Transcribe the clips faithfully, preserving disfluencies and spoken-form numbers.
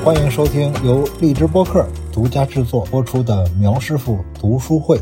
欢迎收听由荔枝播客独家制作播出的苗师傅读书会。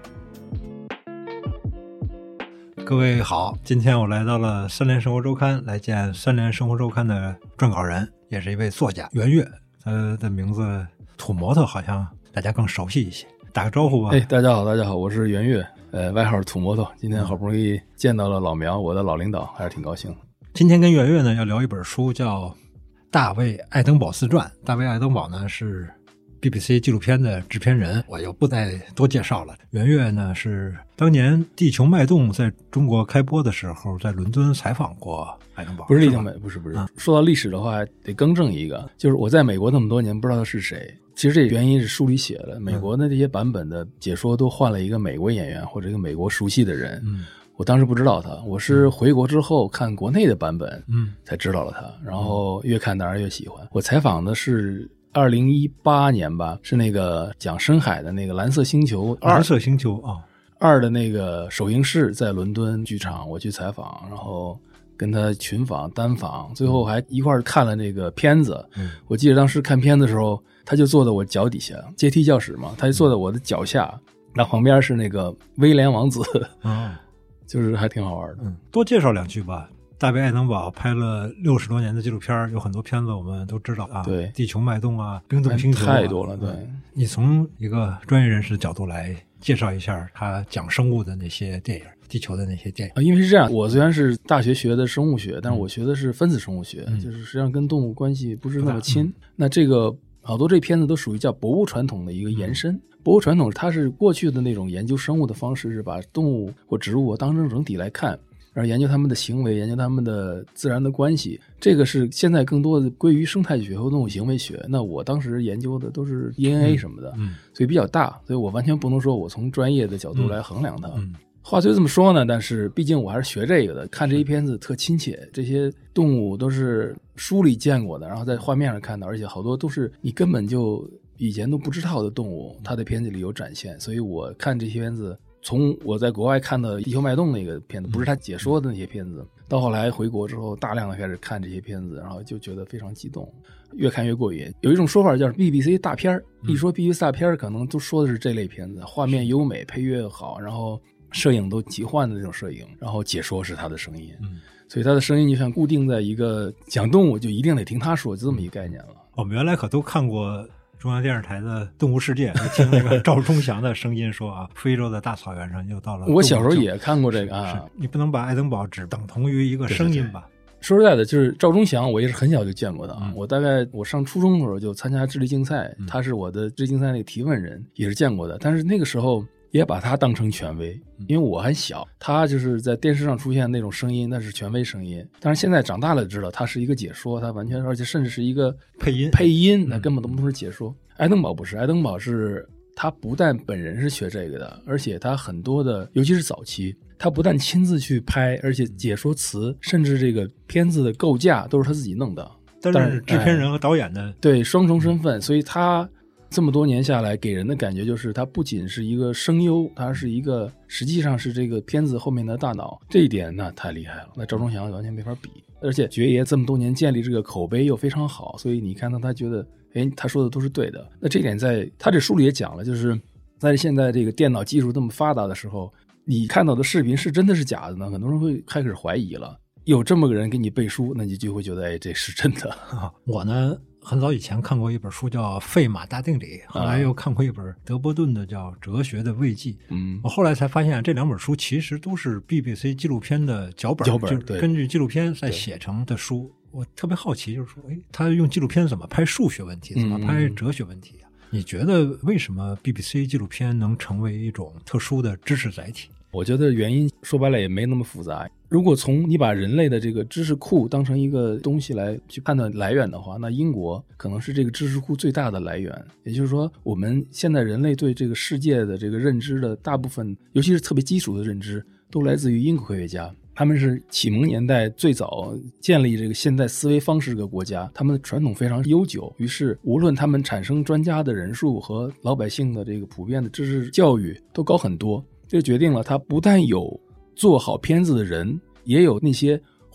各位好，今天我来到了三联生活周刊，来见三联生活周刊的撰稿人，也是一位作家袁岳。他的名字土摩托好像大家更熟悉一些，打个招呼吧。 哎，大家好，大家好，我是袁岳，呃，外号土摩托。今天好不容易见到了老苗，我的老领导，还是挺高兴。 今天跟袁岳呢要聊一本书，叫《大卫·爱登堡自传》。大卫·爱登堡呢是 B B C 纪录片的制片人，我就不再多介绍了。袁岳呢是当年《地球脉动》在中国开播的时候，在伦敦采访过爱登堡。 不是地球脉，不是不是、嗯。说到历史的话，得更正一个，就是我在美国那么多年，不知道他是谁。其实这原因是书里写的，美国的这些版本的解说都换了一个美国演员或者一个美国熟悉的人。嗯。我当时不知道他，我是回国之后看国内的版本，嗯，才知道了他，然后越看当然越喜欢。我采访的是二零一八年吧，是那个讲深海的那个蓝色星球二， 蓝色星球啊， 二的那个首映式在伦敦剧场，我去采访，然后跟他群访、单访，最后还一块儿看了那个片子。嗯，我记得当时看片子的时候，他就坐在我脚底下，阶梯教室嘛，他就坐在我的脚下，然后旁边是那个威廉王子。哦。就是还挺好玩的。 嗯，多介绍两句吧。大卫·爱登堡拍了六十多年的纪录片，有很多片子我们都知道啊， 对， 地球脉动啊，冰冻星球、啊、 太多了。对、嗯， 你从一个专业人士的角度来介绍一下他讲生物的那些电影，地球的那些电影。 啊，因为是这样，我虽然是大学学的生物学，但是我学的是分子生物学，嗯、就是实际上跟动物关系不是那么亲。嗯、那这个好多这片子都属于叫博物传统的一个延伸。嗯，博物传统它是过去的那种研究生物的方式，是把动物或植物当成整体来看，然后研究它们的行为，研究它们的自然的关系。这个是现在更多的归于生态学和动物行为学。那我当时研究的都是 D N A 什么的，嗯嗯、所以比较大，所以我完全不能说我从专业的角度来衡量它。嗯嗯、话虽这么说呢，但是毕竟我还是学这个的，看这一片子特亲切，这些动物都是书里见过的，然后在画面上看到，而且好多都是你根本就以前都不知道的动物，它的片子里有展现。所以我看这些片子，从我在国外看的地球脉动那个片子，不是他解说的那些片子，到后来回国之后大量的开始看这些片子，然后就觉得非常激动，越看越过瘾。有一种说法叫 B B C 大片，一说 B B C 大片可能都说的是这类片子，画面优美，配乐好，然后摄影都奇幻的那种摄影，然后解说是他的声音。嗯，所以他的声音就像固定在一个讲动物就一定得听他说，就这么一个概念了。 我们原来可都看过中央电视台的动物世界，听那个赵忠祥的声音说啊，非洲的大草原上又到了。 我小时候也看过这个啊。 你不能把爱登堡只等同于一个声音吧？ 对对对，说实在的，就是赵忠祥，我也是很小就见过的啊。嗯、我大概我上初中的时候就参加智力竞赛，嗯、他是我的智力竞赛那个提问人，也是见过的。但是那个时候也把他当成权威，因为我很小，他就是在电视上出现那种声音，那是权威声音。但是现在长大了知道，他是一个解说，他完全而且甚至是一个配音， 配音那根本都不是解说。爱登堡不是，爱登堡是他不但本人是学这个的，而且他很多的，尤其是早期，他不但亲自去拍，而且解说词，甚至这个片子的构架都是他自己弄的。 但是制片人和导演的、哎、 对双重身份，所以他这么多年下来给人的感觉就是他不仅是一个声优，他是一个实际上是这个片子后面的大脑，这一点那太厉害了，那赵忠祥完全没法比。而且爵爷这么多年建立这个口碑又非常好，所以你看到他觉得诶他说的都是对的。那这点在他这书里也讲了，就是在现在这个电脑技术这么发达的时候，你看到的视频是真的是假的呢？很多人会开始怀疑了。有这么个人给你背书，那你就会觉得哎这是真的。 我呢很早以前看过一本书叫《费马大定理》，后来又看过一本德伯顿的叫《哲学的慰藉》。嗯，我后来才发现这两本书其实都是 B B C 纪录片的脚本， 脚本就是根据纪录片再写成的书。我特别好奇，就是说，哎，他用纪录片怎么拍数学问题，怎么拍哲学问题啊？嗯、你觉得为什么 B B C 纪录片能成为一种特殊的知识载体？ 我觉得原因说白了也没那么复杂。如果从你把人类的这个知识库当成一个东西来去判断来源的话，那英国可能是这个知识库最大的来源。也就是说，我们现在人类对这个世界的这个认知的大部分，尤其是特别基础的认知，都来自于英国科学家。他们是启蒙年代最早建立这个现代思维方式的国家，他们的传统非常悠久，于是无论他们产生专家的人数和老百姓的这个普遍的知识教育都高很多。这就决定了他不但有做好片子的人，也有那些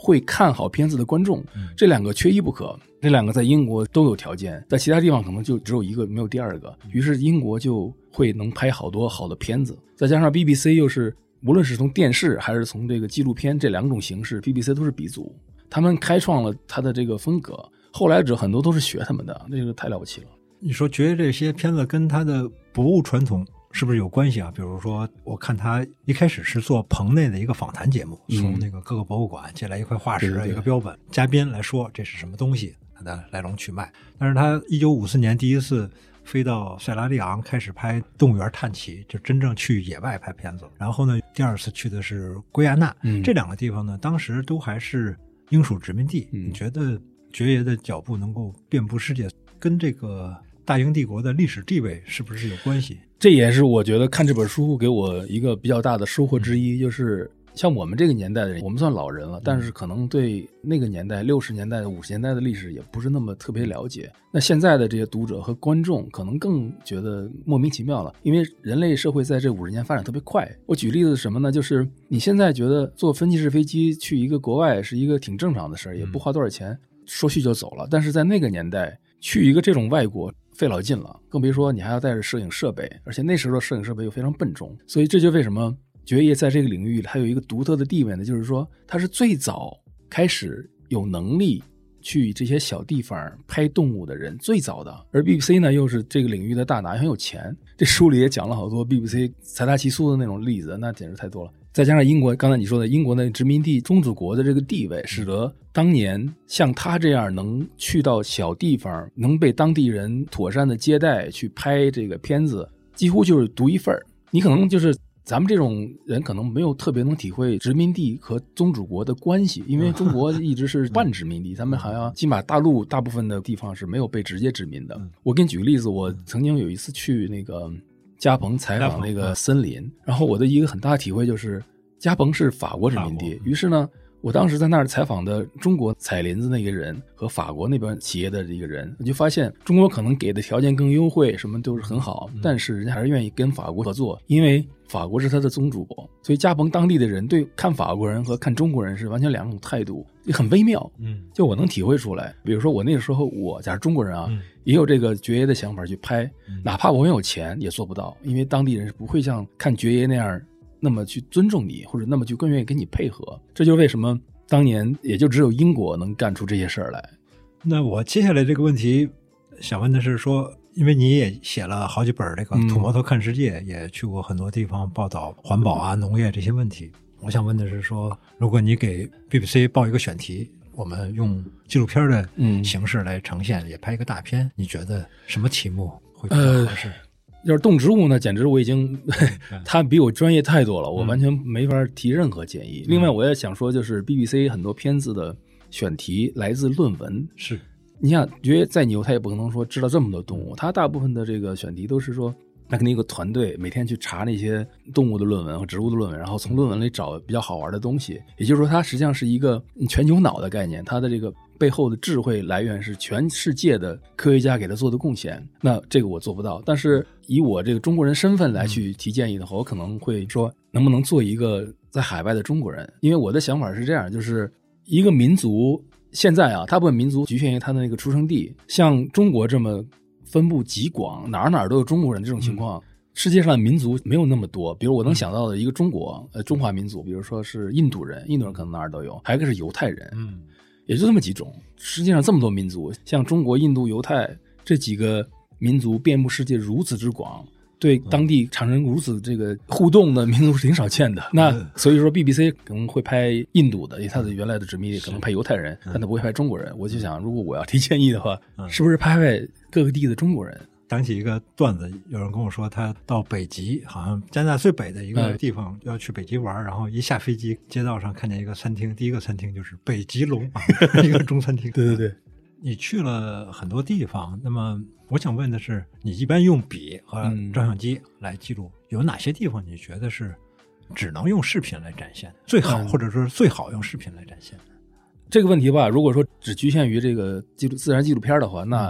会看好片子的观众，这两个缺一不可。这两个在英国都有条件，在其他地方可能就只有一个，没有第二个。于是英国就会能拍好多好的片子，再加上 B B C 又是无论是从电视还是从这个纪录片这两种形式 B B C 都是鼻祖，他们开创了他的这个风格，后来者很多都是学他们的，这个太了不起了。 你说觉得这些片子跟他的博物传统是不是有关系啊？比如说我看他一开始是做棚内的一个访谈节目， 嗯、 从那个各个博物馆借来一块化石、 对对对一个标本，嘉宾来说这是什么东西，它的来龙去脉。但是他一九五四年第一次飞到塞拉利昂开始拍动物园探奇，就真正去野外拍片子。然后呢，第二次去的是圭亚那、 嗯、 这两个地方呢，当时都还是英属殖民地。 嗯、 你觉得爵爷的脚步能够遍布世界，跟这个大英帝国的历史地位是不是有关系？ 这也是我觉得看这本书给我一个比较大的收获之一，嗯、就是像我们这个年代的人，我们算老人了，但是可能对那个年代六十年代五十年代的历史也不是那么特别了解。那现在的这些读者和观众可能更觉得莫名其妙了，因为人类社会在这五十年发展特别快。我举例子是什么呢？就是你现在觉得坐分级式飞机去一个国外是一个挺正常的事儿，也不花多少钱，说去就走了。但是在那个年代去一个这种外国费老劲了，更别说你还要带着摄影设备，而且那时候的摄影设备又非常笨重。所以这就为什么爵爷在这个领域还有一个独特的地位呢，就是说他是最早开始有能力去这些小地方拍动物的人，最早的。而 B B C 呢又是这个领域的大拿，很有钱。这书里也讲了好多 B B C 财大气粗的那种例子，那简直太多了。再加上英国，刚才你说的英国的殖民地宗主国的这个地位，使得当年像他这样能去到小地方，能被当地人妥善的接待，去拍这个片子，几乎就是独一份儿。你可能就是咱们这种人可能没有特别能体会殖民地和宗主国的关系，因为中国一直是半殖民地，咱们好像起码大陆大部分的地方是没有被直接殖民的。我给你举个例子，我曾经有一次去那个加蓬采访那个森林，然后我的一个很大的体会就是加蓬是法国殖民地，于是呢我当时在那儿采访的中国采林子那个人和法国那边企业的一个人，我就发现中国可能给的条件更优惠，什么都是很好，但是人家还是愿意跟法国合作，因为法国是他的宗主国，所以加蓬当地的人对看法国人和看中国人是完全两种态度，也很微妙。嗯，就我能体会出来。比如说我那个时候，我假如中国人啊，嗯、也有这个爵爷的想法去拍，嗯、哪怕我很有钱也做不到，因为当地人是不会像看爵爷那样那么去尊重你，或者那么就更愿意跟你配合。这就是为什么当年也就只有英国能干出这些事儿来。 那我接下来这个问题想问的是说，因为你也写了好几本这个土摩托看世界、嗯、也去过很多地方报道环保啊农业这些问题，我想问的是说，如果你给 B B C 报一个选题，我们用纪录片的形式来呈现、嗯、也拍一个大片，你觉得什么题目会比较合适？呃要是动植物呢，简直我已经他比我专业太多了，我完全没法提任何建议、嗯、另外我也想说，就是 B B C 很多片子的选题来自论文， 是你想觉得再牛他也不可能说知道这么多动物，他大部分的这个选题都是说他肯定有个团队每天去查那些动物的论文和植物的论文，然后从论文里找比较好玩的东西，也就是说它实际上是一个全球脑的概念，它的这个背后的智慧来源是全世界的科学家给他做的贡献。那这个我做不到，但是以我这个中国人身份来去提建议的话，我可能会说能不能做一个在海外的中国人。因为我的想法是这样，就是一个民族现在啊，大部分民族局限于他的那个出生地，像中国这么分布极广，哪儿哪儿都有中国人这种情况、嗯、世界上民族没有那么多。比如我能想到的一个中国、呃中华民族，比如说是印度人，印度人可能哪儿都有，还有一个是犹太人，嗯，也就这么几种。实际上这么多民族，像中国、印度、犹太这几个民族遍布世界如此之广，对当地产生如此这个互动的民族是挺少见的。那所以说 B B C 可能会拍印度的，因为他的原来的殖民地可能拍犹太人，但他不会拍中国人。我就想，如果我要提建议的话，是不是拍拍各个地的中国人？ 想起一个段子，有人跟我说他到北极，好像加拿大最北的一个地方、嗯、要去北极玩，然后一下飞机街道上看见一个餐厅，第一个餐厅就是北极龙一个中餐厅。 对对对， 你去了很多地方，那么我想问的是，你一般用笔和照相机来记录、嗯、有哪些地方你觉得是只能用视频来展现的最好、嗯、或者说最好用视频来展现的？ 这个问题吧，如果说只局限于这个纪录自然纪录片的话，那、嗯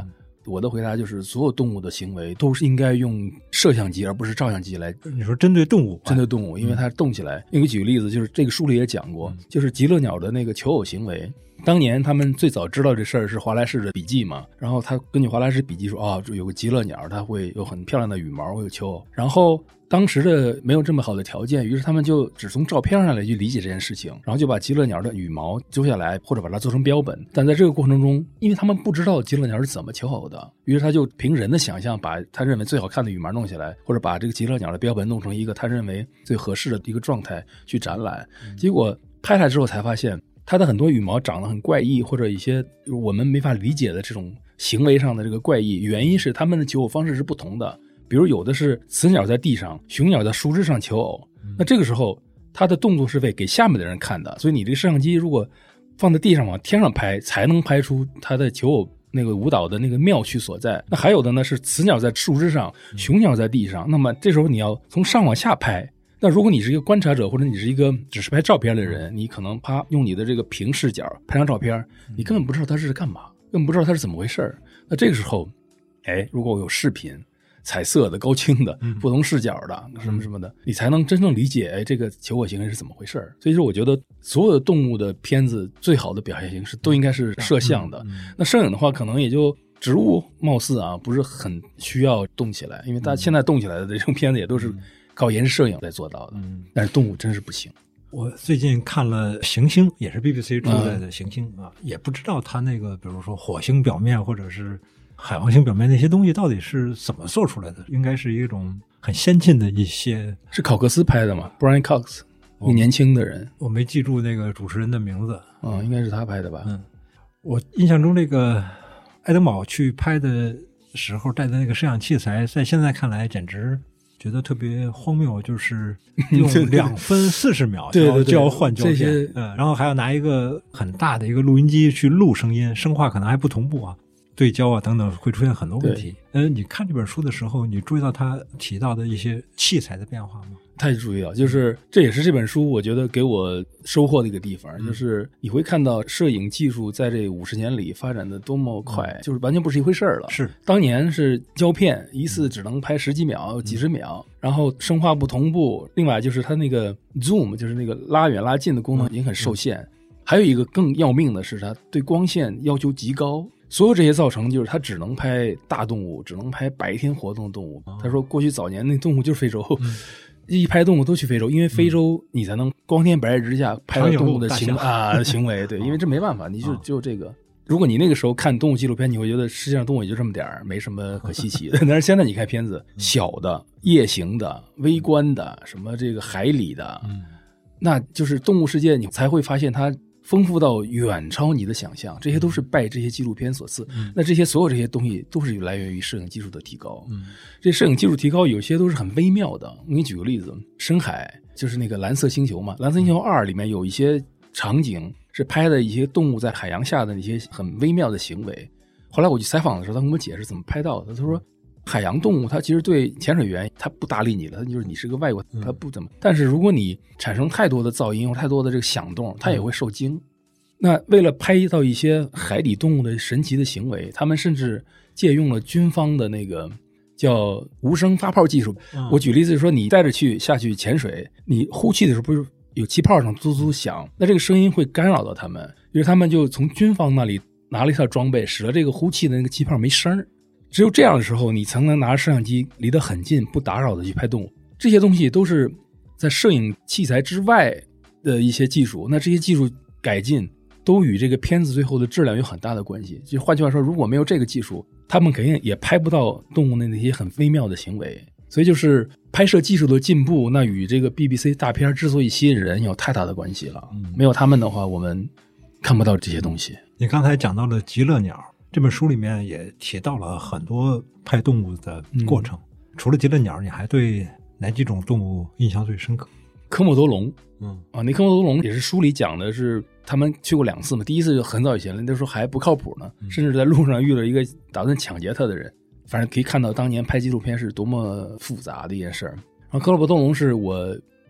我的回答就是，所有动物的行为都是应该用摄像机而不是照相机来。 你说针对动物？ 针对动物，因为它动起来。因为举个例子，就是这个书里也讲过，就是极乐鸟的那个求偶行为。当年他们最早知道这事儿是华莱士的笔记嘛，然后他根据华莱士笔记说，哦，有个极乐鸟，它会有很漂亮的羽毛，会有求偶。然后当时的没有这么好的条件，于是他们就只从照片上来去理解这件事情，然后就把极乐鸟的羽毛揪下来，或者把它做成标本。但在这个过程中，因为他们不知道极乐鸟是怎么求偶的，于是他就凭人的想象，把他认为最好看的羽毛弄下来，或者把这个极乐鸟的标本弄成一个他认为最合适的一个状态去展览。结果拍下来之后才发现，它的很多羽毛长得很怪异，或者一些我们没法理解的这种行为上的这个怪异，原因是它们的求偶方式是不同的。比如有的是雌鸟在地上，雄鸟在树枝上求偶，那这个时候它的动作是为给下面的人看的，所以你这个摄像机如果放在地上往天上拍，才能拍出它的求偶那个舞蹈的那个妙趣所在。那还有的呢是雌鸟在树枝上，雄鸟在地上，那么这时候你要从上往下拍。那如果你是一个观察者，或者你是一个只是拍照片的人，你可能啪用你的这个平视角拍张照片，你根本不知道它是干嘛，根本不知道它是怎么回事。那这个时候，哎，如果有视频、彩色的、高清的、不同视角的什么什么的，你才能真正理解，哎，这个求偶行为是怎么回事。所以说，我觉得所有的动物的片子最好的表现形式都应该是摄像的。那摄影的话，可能也就植物貌似啊不是很需要动起来，因为大家现在动起来的这种片子也都是靠延时摄影来做到的，嗯，但是动物真是不行。 我最近看了《行星》，也是 B B C 出来的《行星》啊，也不知道它那个，比如说火星表面或者是海王星表面那些东西到底是怎么做出来的，应该是一种很先进的一些。 是考克斯拍的吗 ？Brian Cox， 一个年轻的人， 我没记住那个主持人的名字， 嗯，应该是他拍的吧？ 嗯，我印象中这个爱登堡去拍的时候带的那个摄像器材，在现在看来简直觉得特别荒谬，就是用两分四十秒就要就要换胶片，嗯，然后还要拿一个很大的一个录音机去录声音，声画可能还不同步啊，对焦啊等等，会出现很多问题。嗯，你看这本书的时候，你注意到他提到的一些器材的变化吗？ 太注意了，就是这也是这本书我觉得给我收获的一个地方，嗯，就是你会看到摄影技术在这五十年里发展的多么快，嗯，就是完全不是一回事了。是当年是胶片一次只能拍十几秒、嗯、几十秒，然后声画不同步，另外就是它那个 zoom 就是那个拉远拉近的功能已经很受限，嗯嗯，还有一个更要命的是它对光线要求极高。所有这些造成就是它只能拍大动物，只能拍白天活动的动物。哦，他说过去早年那动物就是非洲，嗯，一拍动物都去非洲，因为非洲你才能光天白日之下拍到动物的行啊行为，对，因为这没办法，你就只有这个。如果你那个时候看动物纪录片，你会觉得世界上动物也就这么点儿，没什么可稀奇的。但是现在你看片子，小的、夜行的、微观的，什么这个海里的，嗯，那就是动物世界，你才会发现它丰富到远超你的想象，这些都是拜这些纪录片所赐。嗯，那这些所有这些东西都是来源于摄影技术的提高。嗯，这摄影技术提高有些都是很微妙的。我给你举个例子，深海就是那个蓝色星球嘛，蓝色星球二里面有一些场景是拍的一些动物在海洋下的那些很微妙的行为。后来我去采访的时候，他跟我解释怎么拍到的。他说海洋动物它其实对潜水员它不搭理你了，它就是你是个外国，它不怎么，但是如果你产生太多的噪音或太多的这个响动，它也会受惊。那为了拍到一些海底动物的神奇的行为，他们甚至借用了军方的那个叫无声发泡技术。我举例子说，你带着去下去潜水，你呼气的时候不是有气泡上嘟嘟响，那这个声音会干扰到他们，于是他们就从军方那里拿了一套装备，使得这个呼气的那个气泡没声。只有这样的时候，你才能拿摄像机离得很近，不打扰的去拍动物。这些东西都是在摄影器材之外的一些技术，那这些技术改进都与这个片子最后的质量有很大的关系。就换句话说，如果没有这个技术，他们肯定也拍不到动物的那些很微妙的行为。所以就是拍摄技术的进步，那与这个 B B C 大片之所以吸引人有太大的关系了。嗯，没有他们的话，我们看不到这些东西。 你刚才讲到了极乐鸟，这本书里面也提到了很多拍动物的过程。嗯，除了极乐鸟，你还对哪几种动物印象最深刻？ 科莫多龙。嗯啊，那科莫多龙也是书里讲的是他们去过两次嘛，第一次就很早以前了，那时候还不靠谱呢，嗯，甚至在路上遇到一个打算抢劫他的人。反正可以看到当年拍纪录片是多么复杂的一件事儿。然后科莫多龙是我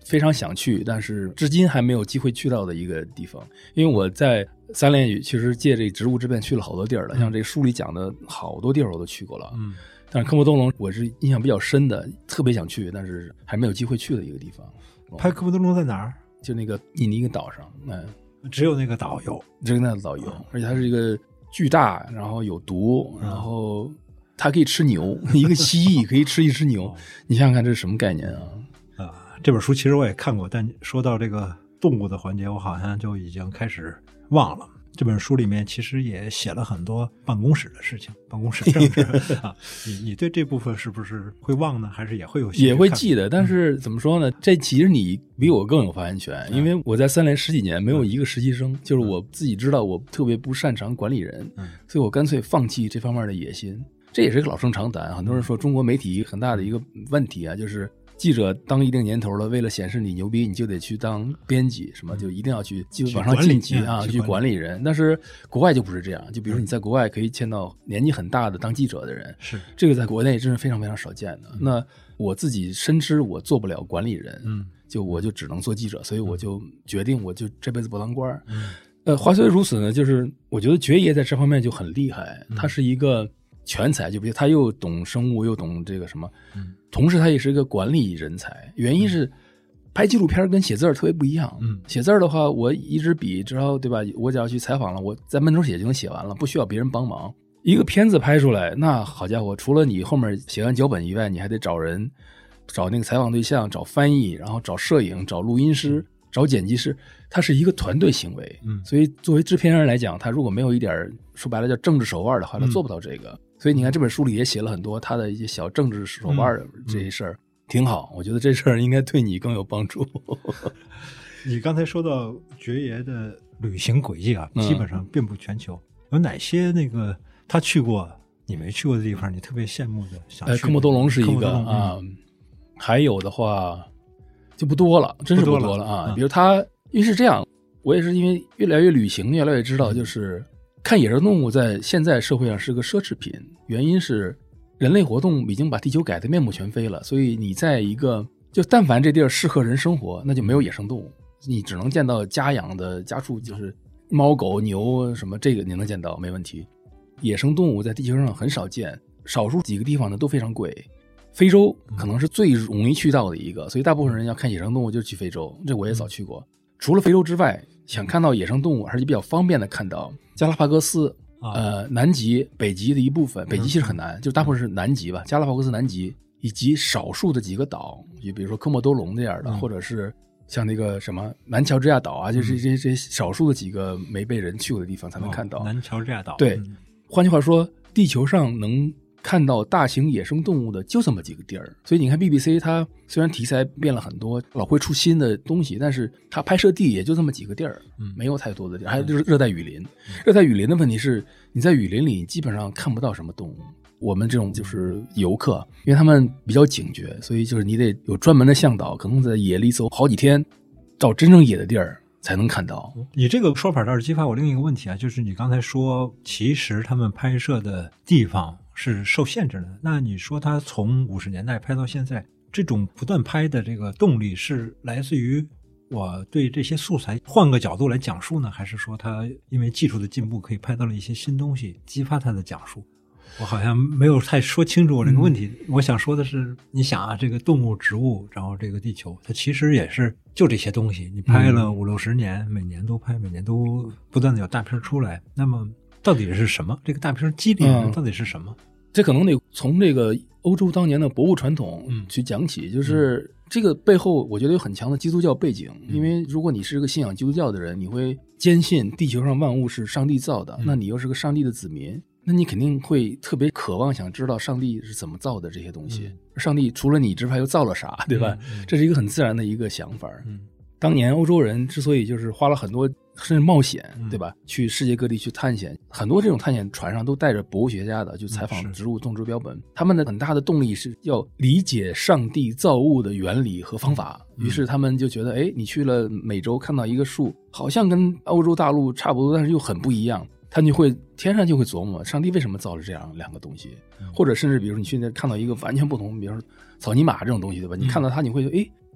非常想去，但是至今还没有机会去到的一个地方。因为我在三连其实借这植物之变去了好多地儿了，嗯、像这书里讲的好多地儿我都去过了。嗯，但是科莫多龙我是印象比较深的，特别想去，但是还没有机会去的一个地方。 拍科莫多龙在哪儿？ 就那个印尼一个岛上，嗯， 只有那个岛有， 只有那个岛有，而且它是一个巨大，然后有毒，然后它可以吃牛，一个蜥蜴可以吃一只牛，你想想看这是什么概念啊？ 啊，这本书其实我也看过，但说到这个动物的环节，我好像就已经开始忘了。这本书里面其实也写了很多办公室的事情，办公室政治啊。你你对这部分是不是会忘呢？还是也会有也会记得？但是怎么说呢？这其实你比我更有发言权，因为我在三联十几年没有一个实习生，就是我自己知道我特别不擅长管理人，所以我干脆放弃这方面的野心。这也是个老生常谈，很多人说中国媒体很大的一个问题啊，就是记者当一定年头了，为了显示你牛逼，你就得去当编辑，什么就一定要去往上晋级啊，去管理人。但是国外就不是这样，就比如说你在国外可以见到年纪很大的当记者的人，是这个在国内真是非常非常少见的。嗯、那我自己深知我做不了管理人，嗯，就我就只能做记者，所以我就决定我就这辈子不当官。嗯，呃，话虽如此呢，就是我觉得爵爷在这方面就很厉害，他是一个全才，就比如他又懂生物又懂这个什么，嗯，同时他也是一个管理人才。原因是拍纪录片跟写字儿特别不一样，嗯，写字儿的话我一支笔只要对吧，我只要去采访了，我在闷头写就能写完了，不需要别人帮忙。一个片子拍出来，那好家伙，除了你后面写完脚本以外，你还得找人，找那个采访对象，找翻译，然后找摄影，找录音师，找剪辑师，它是一个团队行为。嗯，所以作为制片人来讲，他如果没有一点说白了叫政治手腕的话，他做不到这个。嗯，所以你看这本书里也写了很多他的一些小政治手腕的这些事儿，嗯嗯，挺好。我觉得这事儿应该对你更有帮助。 你刚才说到爵爷的旅行轨迹啊，基本上遍布全球，嗯，有哪些那个他去过你没去过的地方，你特别羡慕的想去的？ 科莫多龙是一个啊，嗯，还有的话就不多了，真是不多了啊。嗯，比如他，因为是这样，我也是因为越来越旅行，越来越知道，就是看野生动物在现在社会上是个奢侈品。原因是人类活动已经把地球改得面目全非了，所以你在一个就但凡这地儿适合人生活，那就没有野生动物，你只能见到家养的家畜，就是猫狗牛什么，这个你能见到没问题。野生动物在地球上很少见，少数几个地方呢都非常贵。非洲可能是最容易去到的一个，所以大部分人要看野生动物就去非洲，这我也早去过。除了非洲之外，想看到野生动物还是比较方便的，看到加拉帕戈斯，呃，南极、北极的一部分，北极其实很难，就大部分是南极吧，加拉帕戈斯南极以及少数的几个岛，就比如说科莫多龙这样的，或者是像那个什么南乔治亚岛啊，就是这这少数的几个没被人去过的地方才能看到。 南乔治亚岛， 对。换句话说，地球上能看到大型野生动物的就这么几个地儿，所以你看 B B C 它虽然题材变了很多，老会出新的东西，但是它拍摄地也就这么几个地儿，嗯，没有太多的地儿。还有就是热带雨林，热带雨林的问题是你在雨林里基本上看不到什么动物。我们这种就是游客，因为他们比较警觉，所以就是你得有专门的向导，可能在野里走好几天，到真正野的地儿才能看到。 你这个说法倒是激发我另一个问题啊，就是你刚才说其实他们拍摄的地方是受限制的，那你说他从五十年代拍到现在，这种不断拍的这个动力是来自于我对这些素材换个角度来讲述呢，还是说他因为技术的进步可以拍到了一些新东西激发他的讲述？我好像没有太说清楚我这个问题。嗯，我想说的是，你想啊，这个动物、植物，然后这个地球，它其实也是就这些东西。你拍了五六十年，每年都拍，每年都不断的有大片出来。那么到底是什么？这个大片激励的到底是什么？ 嗯，这可能得从这个欧洲当年的博物传统去讲起。嗯，就是这个背后，我觉得有很强的基督教背景。嗯，因为如果你是个信仰基督教的人，你会坚信地球上万物是上帝造的，嗯，那你又是个上帝的子民。那你肯定会特别渴望想知道上帝是怎么造的这些东西，嗯，上帝除了你之外又造了啥，对吧？嗯嗯，这是一个很自然的一个想法。嗯，当年欧洲人之所以就是花了很多甚至冒险，嗯，对吧？去世界各地去探险，很多这种探险船上都带着博物学家的，就采访植物种植标本，嗯，他们的很大的动力是要理解上帝造物的原理和方法。嗯，于是他们就觉得，哎，你去了美洲看到一个树，好像跟欧洲大陆差不多，但是又很不一样。他就会天上就会琢磨上帝为什么造了这样两个东西，嗯，或者甚至比如你去那看到一个完全不同，比如说草泥马这种东西，对吧？你看到它你会觉得，哎，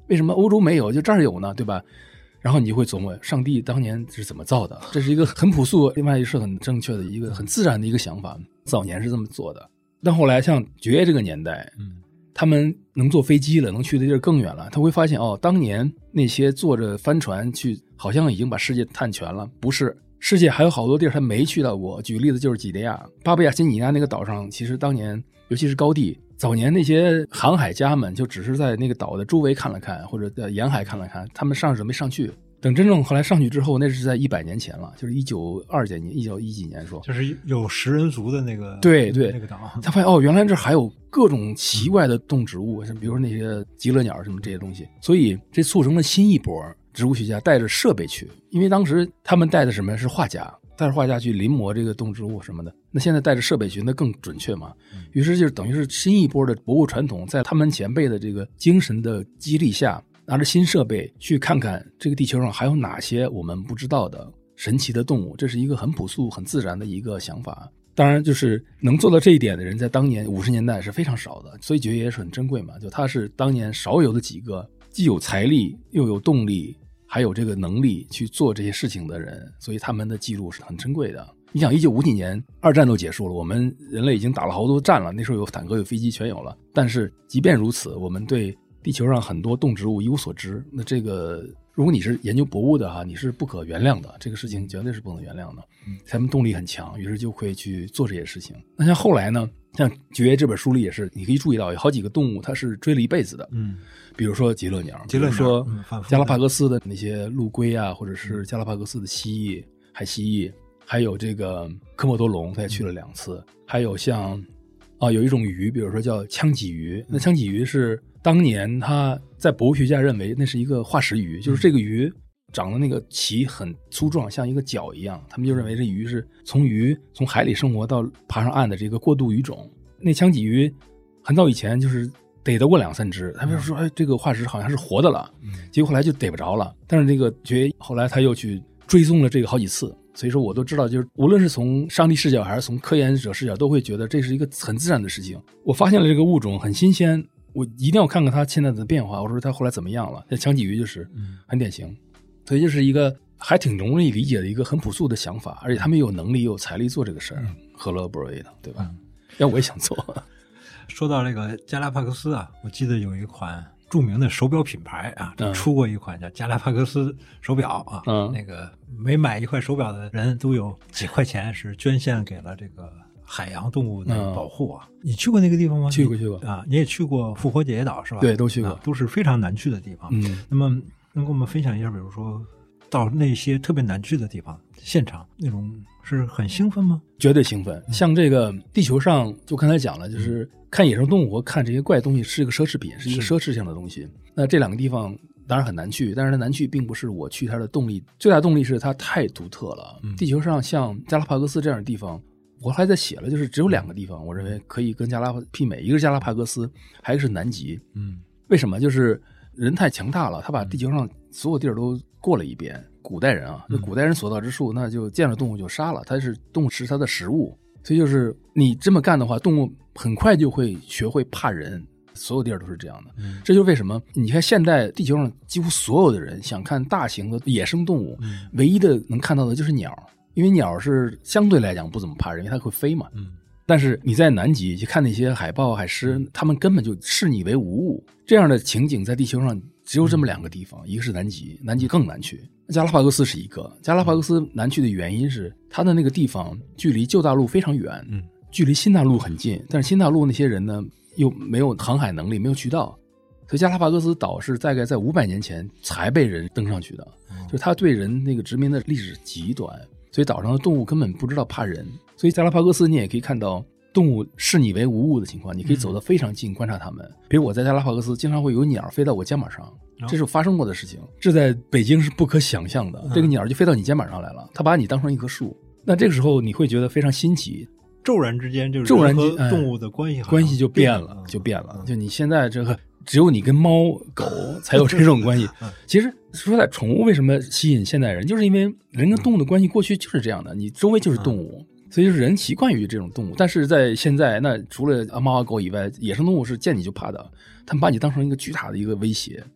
为什么欧洲没有就这儿有呢，对吧？然后你就会琢磨上帝当年是怎么造的，这是一个很朴素，另外是很正确的一个很自然的一个想法，早年是这么做的。但后来像爵爷这个年代，嗯，他们能坐飞机了，能去的地儿更远了，他会发现哦，当年那些坐着帆船去好像已经把世界探全了，不是，世界还有好多地儿他没去到过。举个例子就是几内亚，巴布亚新几内亚那个岛上，其实当年尤其是高地，早年那些航海家们就只是在那个岛的周围看了看，或者在沿海看了看，他们上去没上去。等真正后来上去之后，那是在一百年前了，就是一九二几年、一九一几年说， 就是有食人族的那个对对那个岛， 他发现哦，原来这还有各种奇怪的动植物，像比如说那些极乐鸟什么这些东西，所以这促成了新一波植物学家带着设备去，因为当时他们带的什么是画家，带着画家去临摹这个动植物什么的，那现在带着设备去，那更准确嘛。于是就等于是新一波的博物传统，在他们前辈的这个精神的激励下，拿着新设备去看看这个地球上还有哪些我们不知道的神奇的动物，这是一个很朴素很自然的一个想法。当然就是能做到这一点的人在当年五十年代是非常少的，所以爵爷是很珍贵嘛，就他是当年少有的几个既有财力又有动力还有这个能力去做这些事情的人，所以他们的记录是很珍贵的。你想一九五几年二战都结束了，我们人类已经打了好多战了，那时候有坦克有飞机全有了，但是即便如此，我们对地球上很多动植物一无所知，那这个如果你是研究博物的哈，你是不可原谅的，这个事情绝对是不能原谅的。他们动力很强，于是就会去做这些事情。那像后来呢，像爵爷这本书里也是，你可以注意到有好几个动物它是追了一辈子的，嗯，比如说极乐鸟， 极乐鸟， 比如说嗯、 加拉帕戈斯的那些陆龟啊，或者是加拉帕戈斯的蜥蜴、海蜥蜴，还有这个科莫多龙，他也去了两次，还有像啊有一种鱼，比如说叫枪鲫鱼，那枪鲫鱼是当年他在博物学家认为那是一个化石鱼，就是这个鱼长得那个鳍很粗壮，像一个脚一样，他们就认为这鱼是从鱼从海里生活到爬上岸的这个过渡鱼种。那枪鲫鱼很早以前就是逮得过两三只，他们说哎这个化石好像是活的了，结果后来就逮不着了。但是这个爵后来他又去追踪了这个好几次，所以说我都知道，就是无论是从上帝视角还是从科研者视角，都会觉得这是一个很自然的事情。我发现了这个物种很新鲜，我一定要看看它现在的变化，我说它后来怎么样了。那枪鲫鱼就是很典型，所以就是一个还挺容易理解的一个很朴素的想法，而且他们有能力有财力做这个事儿，何乐而不为的，对吧？要、嗯、我也想做。 说到这个加拉帕戈斯啊，我记得有一款著名的手表品牌啊，出过一款叫加拉帕戈斯手表啊，嗯，那个每买一块手表的人都有几块钱是捐献给了这个海洋动物的保护啊。嗯、你去过那个地方吗？ 去过去过啊，你也去过复活节岛是吧？ 对，都去过、 啊，都是非常难去的地方。嗯，那么能跟我们分享一下，比如说到那些特别难去的地方，现场那种是很兴奋吗？ 绝对兴奋。像这个地球上，就刚才讲了，就是看野生动物和看这些怪东西是一个奢侈品，是一个奢侈性的东西。那这两个地方当然很难去，但是它难去并不是我去它的动力，最大动力是它太独特了。嗯、地球上像加拉帕戈斯这样的地方，我还在写了，就是只有两个地方，我认为可以跟加拉媲美，一个是加拉帕戈斯，还有一个是南极。嗯，为什么？就是人太强大了，他把地球上所有地儿都过了一遍。古代人啊，那古代人所到之处，那就见了动物就杀了，它是动物是它的食物，所以就是你这么干的话，动物很快就会学会怕人，所有地儿都是这样的。嗯、这就是为什么你看现在地球上几乎所有的人想看大型的野生动物，嗯、唯一的能看到的就是鸟，因为鸟是相对来讲不怎么怕人，因为它会飞嘛。嗯、但是你在南极去看那些海豹、海狮，他们根本就视你为无物，这样的情景在地球上只有这么两个地方，一个是南极，南极更难去。加拉帕戈斯是一个，加拉帕戈斯难去的原因是它的那个地方距离旧大陆非常远，嗯，距离新大陆很近，但是新大陆那些人呢又没有航海能力，没有渠道，所以加拉帕戈斯岛是大概在五百年前才被人登上去的，嗯、就他对人那个殖民的历史极短，所以岛上的动物根本不知道怕人，所以加拉帕戈斯你也可以看到动物视你为无物的情况，你可以走得非常近观察它们。比如我在加拉帕戈斯经常会有鸟飞到我肩膀上，这是发生过的事情，这在北京是不可想象的。这个鸟就飞到你肩膀上来了，它把你当成一棵树，那这个时候你会觉得非常新奇。 骤然之间就是骤然和动物的关系关系就变了，就变了。就你现在这个只有你跟猫狗才有这种关系。其实说在宠物为什么吸引现代人，就是因为人跟动物的关系过去就是这样的，你周围就是动物。所以就是人习惯于这种动物，但是在现在，那除了猫啊狗以外，野生动物是见你就怕的，他们把你当成一个巨大的一个威胁。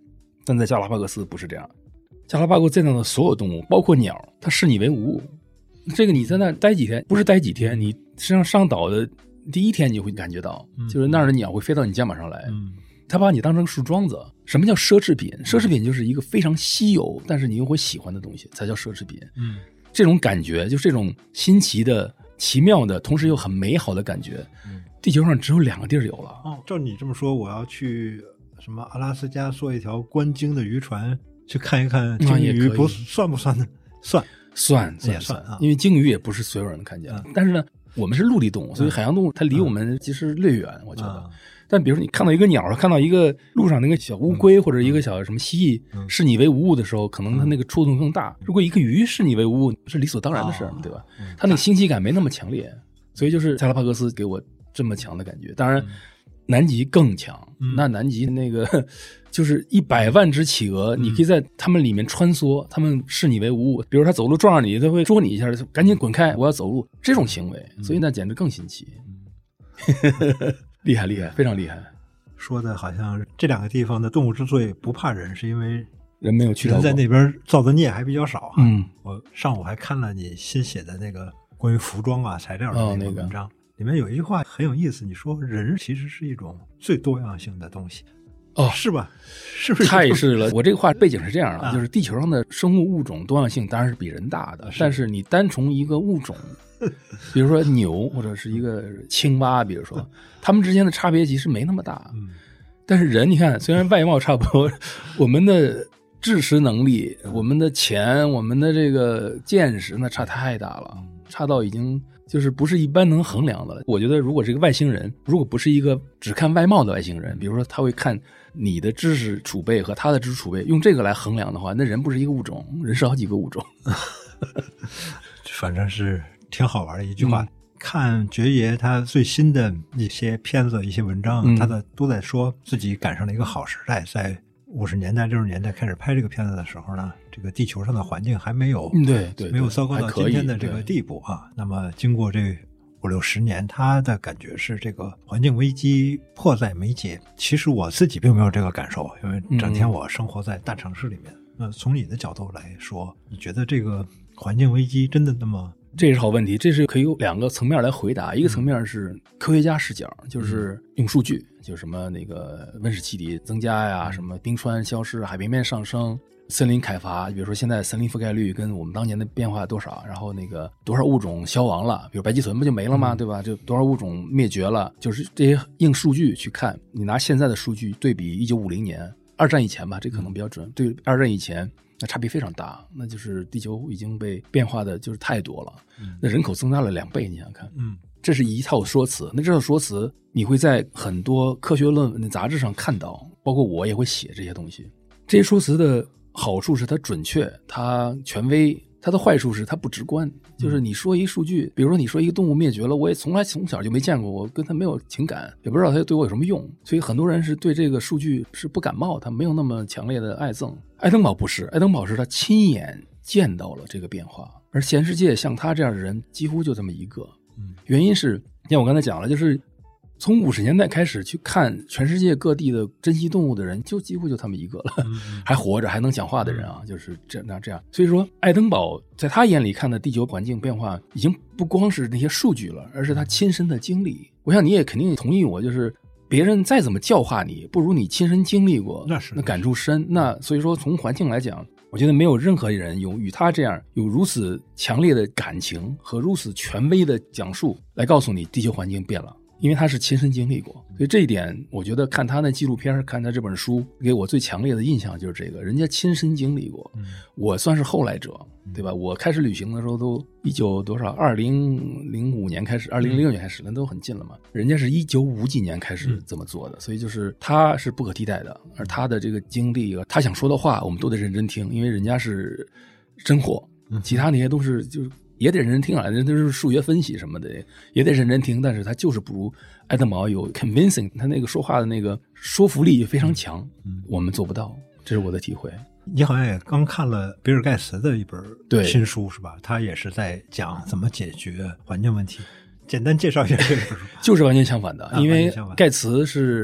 但在加拉帕戈斯不是这样。加拉帕戈斯见到的所有动物，包括鸟，它视你为无物。这个你在那待几天，不是待几天，你实际上上岛的第一天你就会感觉到，嗯、就是那儿的鸟会飞到你肩膀上来，嗯、它把你当成树桩子。什么叫奢侈品？奢侈品就是一个非常稀有，但是你又会喜欢的东西，才叫奢侈品。嗯，这种感觉就是这种新奇的、奇妙的，同时又很美好的感觉。嗯，地球上只有两个地儿有了。 哦，照你这么说，我要去什么阿拉斯加坐一条观鲸的渔船。去看一看鲸鱼不算不算呢？算算算算啊！因为鲸鱼也不是所有人能看见，嗯、但是呢，我们是陆地动物，所以海洋动物它离我们其实略远，嗯、我觉得。嗯、但比如说你看到一个鸟，看到一个路上那个小乌龟、嗯、或者一个小什么蜥蜴、嗯、视你为无物的时候，可能它那个触动更大。如果一个鱼视你为无物，是理所当然的事儿，哦、对吧？嗯、它那个新奇感没那么强烈，所以就是加拉帕戈斯给我这么强的感觉。当然。嗯南极更强，嗯、那南极那个就是一百万只企鹅，嗯、你可以在它们里面穿梭，它们视你为无物。比如它走路撞上你，它会捉你一下，赶紧滚开，我要走路。这种行为，所以那简直更新奇，嗯、厉害厉害，非常厉害。 说的好像这两个地方的动物之所以不怕人，是因为人没有去到过， 人在那边造的孽还比较少啊。 嗯， 我上午还看了你新写的那个关于服装啊材料的那个文章。哦那个里面有一句话很有意思，你说人其实是一种最多样性的东西， 哦， 是吧？是不是？ 太是了。我这个话背景是这样的，啊、就是地球上的生物物种多样性当然是比人大的，是但是你单从一个物种，比如说牛或者是一个青蛙，比如说它们之间的差别其实没那么大。嗯，但是人你看，虽然外貌差不多，我们的知识能力、我们的钱、我们的这个见识，那差太大了，差到已经。就是不是一般能衡量的了。我觉得如果这个外星人，如果不是一个只看外貌的外星人，比如说他会看你的知识储备和他的知识储备，用这个来衡量的话，那人不是一个物种，人是好几个物种。 反正是挺好玩的一句话。嗯、看爵爷他最新的一些片子、一些文章，嗯、他的都在说自己赶上了一个好时代，在五十年代、六十年代开始拍这个片子的时候呢，这个地球上的环境还没有， 嗯、对对， 没有糟糕到今天的这个地步啊。那么经过这五六十年，他的感觉是这个环境危机迫在眉睫。其实我自己并没有这个感受，因为整天我生活在大城市里面。嗯、那从你的角度来说，你觉得这个环境危机真的那么？ 这是好问题，这是可以有两个层面来回答。一个层面是科学家视角，就是用数据，就什么那个温室气体增加呀，什么冰川消失、海平面上升、森林开发，比如说现在森林覆盖率跟我们当年的变化多少，然后那个多少物种消亡了，比如白鳍豚不就没了吗？对吧？就多少物种灭绝了，就是这些硬数据去看。你拿现在的数据对比一九五零年，二战以前吧，这可能比较准。对，二战以前。那差别非常大，那就是地球已经被变化的就是太多了，嗯、那人口增加了两倍，你想想看，嗯，这是一套说辞。那这套说辞你会在很多科学论文的杂志上看到，包括我也会写这些东西。这些说辞的好处是它准确，它权威，它的坏处是它不直观。就是你说一数据，比如说你说一个动物灭绝了，我也从来从小就没见过，我跟它没有情感，也不知道它对我有什么用，所以很多人是对这个数据是不感冒，他没有那么强烈的爱憎。爱登堡不是，爱登堡是他亲眼见到了这个变化，而全世界像他这样的人几乎就这么一个。嗯，原因是像我刚才讲了，就是从五十年代开始去看全世界各地的珍稀动物的人，就几乎就他们一个了，嗯、还活着还能讲话的人啊，就是这样这样。所以说，爱登堡在他眼里看的地球环境变化，已经不光是那些数据了，而是他亲身的经历。我想你也肯定同意我，就是别人再怎么教化你，不如你亲身经历过， 那是那感触深。那所以说，从环境来讲，我觉得没有任何人有与他这样有如此强烈的感情和如此权威的讲述来告诉你地球环境变了。因为他是亲身经历过，所以这一点我觉得看他那纪录片，看他这本书，给我最强烈的印象就是这个，人家亲身经历过。嗯、我算是后来者，对吧？我开始旅行的时候都一九多少二零零五年开始，二零零六年开始，那都很近了嘛。人家是一九五几年开始这么做的，嗯、所以就是他是不可替代的，而他的这个经历，他想说的话，我们都得认真听，因为人家是真货，其他那些都是就是。也得认真听啊，人都是数学分析什么的，也得认真听。但是他就是不如爱登堡有 convincing， 他那个说话的那个说服力非常强，嗯、我们做不到，这是我的体会。 你好像也刚看了比尔盖茨的一本新书是吧？他也是在讲怎么解决环境问题。简单介绍一下这本书。 就是完全相反的，因为盖茨是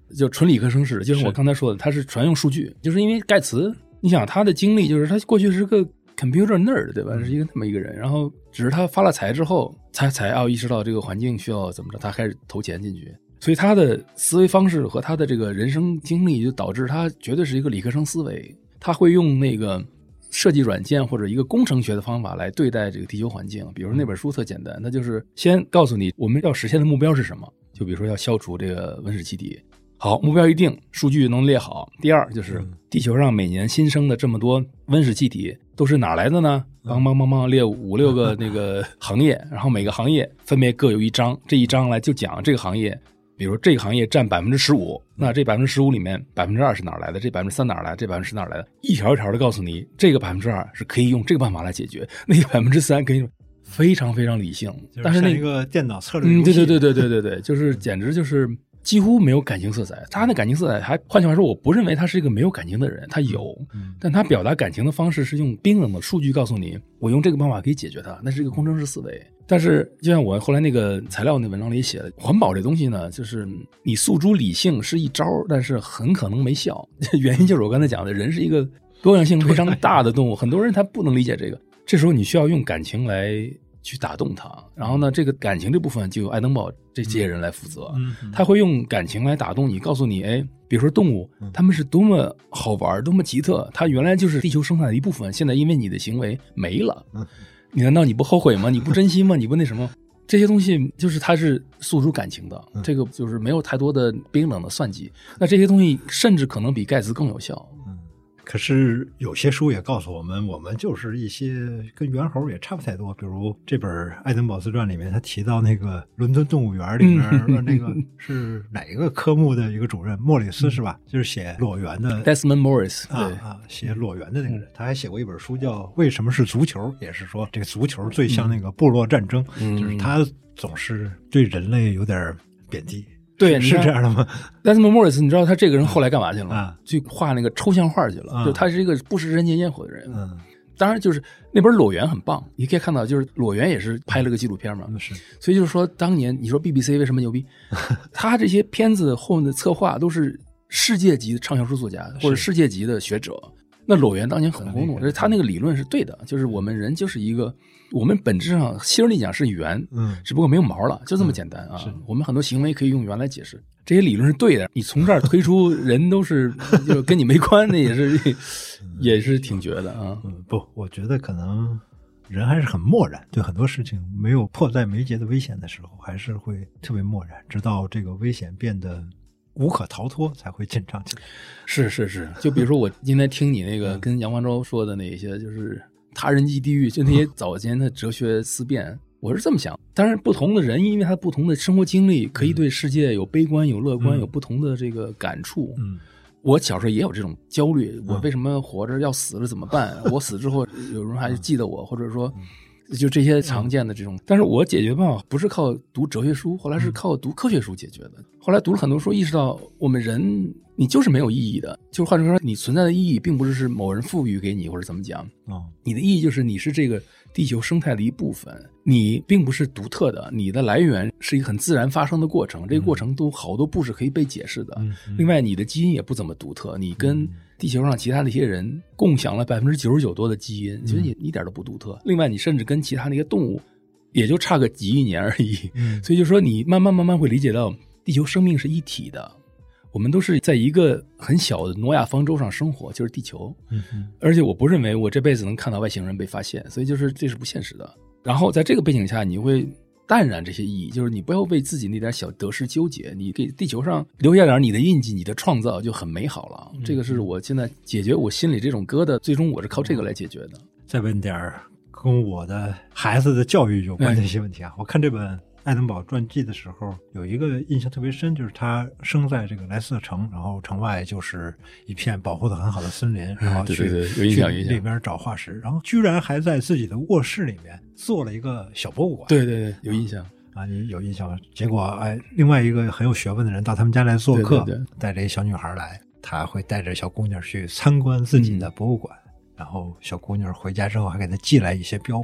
就纯理科生式，就是我刚才说的，他是传用数据，就是因为盖茨，你想他的经历就是他过去是个 computer nerd 对吧，是一个那么一个人，然后只是他发了财之后，他才要意识到这个环境需要怎么着，他开始投钱进去。所以他的思维方式和他的这个人生经历就导致他绝对是一个理科生思维，他会用那个设计软件或者一个工程学的方法来对待这个地球环境。比如那本书特简单，它就是先告诉你我们要实现的目标是什么，就比如说要消除这个温室气体，好，目标一定，数据能列好。第二就是地球上每年新生的这么多温室气体都是哪来的呢？帮帮帮帮列五六个那个行业，然后每个行业分别各有一章，这一章来就讲这个行业，比如这个行业占百分之十五，那这百分之十五里面百分之二是哪来的？这百分之三哪来？这百分之十哪来的？一条一条的告诉你，这个百分之二是可以用这个办法来解决，那个百分之三可以用，非常非常理性。但是那一个电脑策略游戏， 嗯，对对对对对对对，就是简直就是几乎没有感情色彩。他的感情色彩还，换句话说，我不认为他是一个没有感情的人，他有，但他表达感情的方式是用冰冷的数据告诉你，我用这个办法可以解决它，那是一个工程师思维。但是就像我后来那个材料那文章里写的，环保这东西呢，就是你诉诸理性是一招，但是很可能没效。原因就是我刚才讲的，人是一个多样性非常大的动物，很多人他不能理解这个，这时候你需要用感情来去打动他。然后呢，这个感情这部分就由爱登堡这些人来负责，他会用感情来打动你，告诉你，哎，比如说动物，他们是多么好玩，多么奇特，它原来就是地球生态的一部分，现在因为你的行为没了。你难道你不后悔吗？你不珍惜吗？你不那什么？这些东西就是它是诉诸感情的，嗯、这个就是没有太多的冰冷的算计。那这些东西甚至可能比盖茨更有效。 嗯，可是有些书也告诉我们，我们就是一些跟猿猴也差不太多。比如这本《爱登堡自传》里面，他提到那个伦敦动物园里面、嗯、那个是哪一个科目的一个主任，莫里斯是吧？就是写裸猿的 Desmond Morris 啊啊，写裸猿的那个人，他还写过一本书叫《为什么是足球》，也是说这个足球最像那个部落战争，嗯、就是他总是对人类有点贬低。 对， 是这样的吗 ？Desmond Morris， 你知道他这个人后来干嘛去了？啊，去画那个抽象画去了。啊、就他是一个不食人间烟火的人。嗯，当然就是那本《裸猿》很棒，你可以看到，就是《裸猿》也是拍了个纪录片嘛。 是， 所以就是说，当年你说 B B C 为什么牛逼？他这些片子后面的策划都是世界级的畅销书作家或者世界级的学者。那裸猿当年很轰动，他那个理论是对的，就是我们人就是一个。我们本质上心儿里讲是圆，嗯，只不过没有毛了，就这么简单啊。嗯、我们很多行为可以用圆来解释，这些理论是对的。你从这儿推出人都是就跟你没关，那也是也是挺绝的啊。 嗯，不，我觉得可能人还是很漠然，对很多事情没有迫在眉睫的危险的时候，还是会特别漠然，直到这个危险变得无可逃脱才会紧张起来。 是是是，就比如说我今天听你那个跟杨方舟说的那些，就是他人即地狱，就那些早间的哲学思辨，我是这么想。当然，不同的人因为他不同的生活经历，可以对世界有悲观、有乐观、有不同的这个感触。嗯，我小时候也有这种焦虑，我为什么活着要死了怎么办？我死之后有人还记得我，或者说就这些常见的这种。但是我解决办法不是靠读哲学书，后来是靠读科学书解决的。后来读了很多书，意识到我们人你就是没有意义的，就是换句话说，你存在的意义并不是是某人赋予给你，或者怎么讲，哦，你的意义就是你是这个地球生态的一部分，你并不是独特的，你的来源是一个很自然发生的过程，这个过程都好多步是可以被解释的。嗯嗯、另外，你的基因也不怎么独特，你跟地球上其他的一些人共享了百分之九十九多的基因，其实你一点都不独特。另外，你甚至跟其他那些动物也就差个几亿年而已。嗯、所以就说你慢慢慢慢会理解到，地球生命是一体的。我们都是在一个很小的诺亚方舟上生活，就是地球。嗯哼，而且我不认为我这辈子能看到外星人被发现，所以就是这是不现实的。然后在这个背景下，你会淡然这些意义，就是你不要为自己那点小得失纠结，你给地球上留下点你的印记，你的创造就很美好了。嗯、这个是我现在解决我心里这种疙瘩，最终我是靠这个来解决的。 再问点跟我的孩子的教育有关的一些问题啊，我看这本爱登堡传记的时候，有一个印象特别深，就是他生在这个莱斯特城，然后城外就是一片保护的很好的森林，然后去、 嗯、对对对有印象去里边找化石，然后居然还在自己的卧室里面做了一个小博物馆。 对对对，有印象啊，你有印象吗？结果哎，另外一个很有学问的人到他们家来做客，对对对带着一小女孩来，他会带着小姑娘去参观自己的博物馆，嗯、然后小姑娘回家之后还给他寄来一些标本。